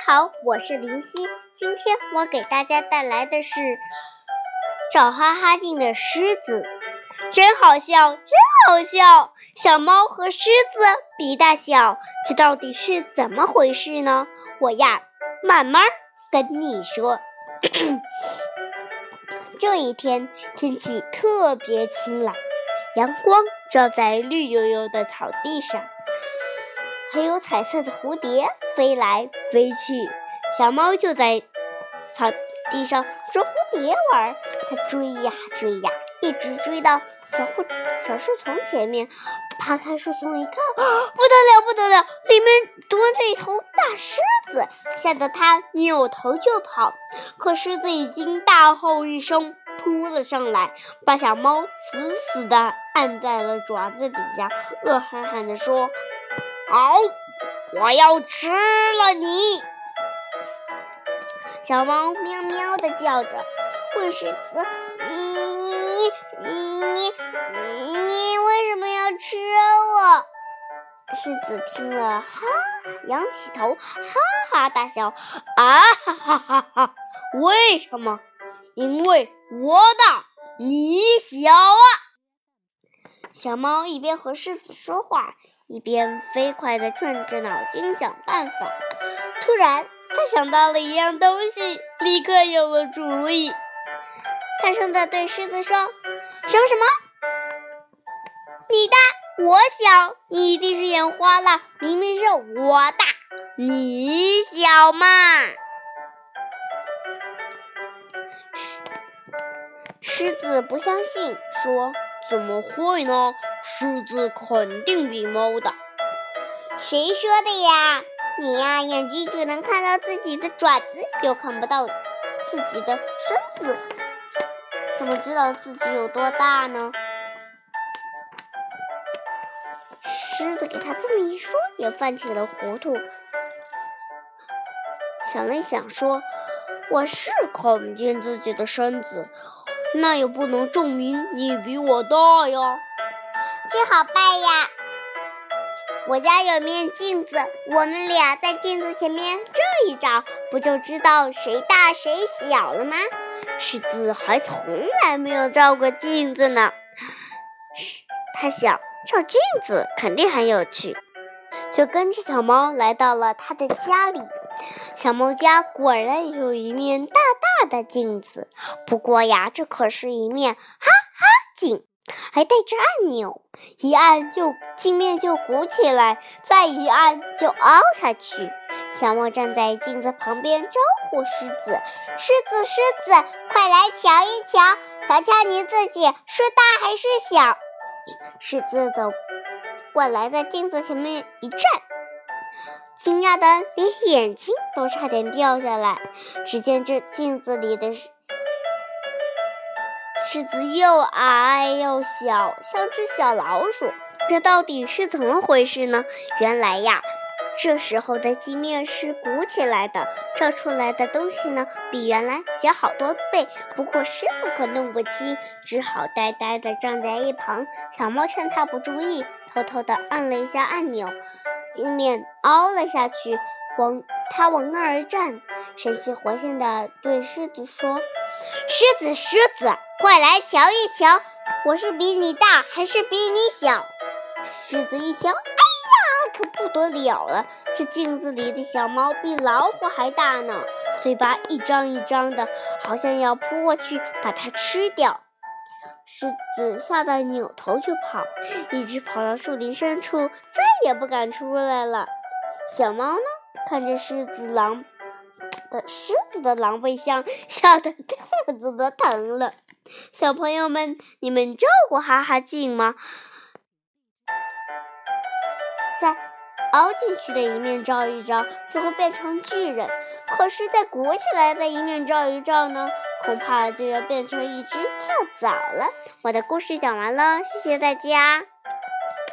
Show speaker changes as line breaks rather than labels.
好，我是林夕，今天我给大家带来的是找哈哈镜的狮子。真好笑，真好笑！小猫和狮子比大小，这到底是怎么回事呢？我呀，慢慢跟你说。这一天天气特别晴朗，阳光照在绿油油的草地上，还有彩色的蝴蝶飞来飞去。小猫就在草地上捉蝴蝶玩，它追呀追呀，一直追到小树丛前面。爬开树丛一看，不得了，里面躲着一头大狮子，吓得它扭头就跑。可狮子已经大吼一声扑了上来，把小猫死死地按在了爪子底下，恶狠狠地说：好，我要吃了你！小猫喵喵地叫着，问狮子：你为什么要吃我？狮子听了，仰起头，哈哈大笑，啊哈哈哈哈！为什么？因为我大，你小啊！小猫一边和狮子说话，一边飞快地转着脑筋想办法。突然，他想到了一样东西，立刻有了主意。大声地对狮子说：什么？你大我小，你一定是眼花了，明明是我大你小嘛！狮子不相信，说：怎么会呢？狮子肯定比猫大。谁说的呀？你呀，眼睛只能看到自己的爪子，又看不到自己的身子，怎么知道自己有多大呢？狮子给他这么一说，也犯起了糊涂。想了一想，说：我是看不见自己的身子，那也不能证明你比我大呀。这好办呀，我家有面镜子，我们俩在镜子前面照一照，不就知道谁大谁小了吗？狮子还从来没有照过镜子呢。他想，照镜子肯定很有趣，就跟着小猫来到了他的家里。小猫家果然有一面大大的镜子，不过呀，这可是一面哈哈镜，还带着按钮，一按镜面就鼓起来，再一按就凹下去。小猫站在镜子旁边招呼狮子：狮子，快来瞧一瞧，瞧瞧你自己是大还是小。狮子走过来，在镜子前面一站，惊讶的连眼睛都差点掉下来。只见这镜子里的狮子又矮又小，像只小老鼠。这到底是怎么回事呢？原来呀，这时候的镜面是鼓起来的，照出来的东西呢，比原来小好多倍。不过狮子可弄不清，只好呆呆地站在一旁。小猫趁他不注意，偷偷地按了一下按钮，镜面凹了下去。他往那儿一站，神气活现地对狮子说：狮子，快来瞧一瞧，我是比你大还是比你小？狮子一瞧，哎呀，可不得了了，这镜子里的小猫比老虎还大呢，嘴巴一张一张的，好像要扑过去把它吃掉。狮子吓得扭头就跑，一直跑到树林深处，再也不敢出来了。小猫呢，看着狮子的狼狈相，笑得肚子都疼了。小朋友们，你们照过哈哈镜吗？再凹进去的一面照一照，就会变成巨人；可是再鼓起来的一面照一照呢，恐怕就要变成一只跳蚤了。我的故事讲完了，谢谢大家。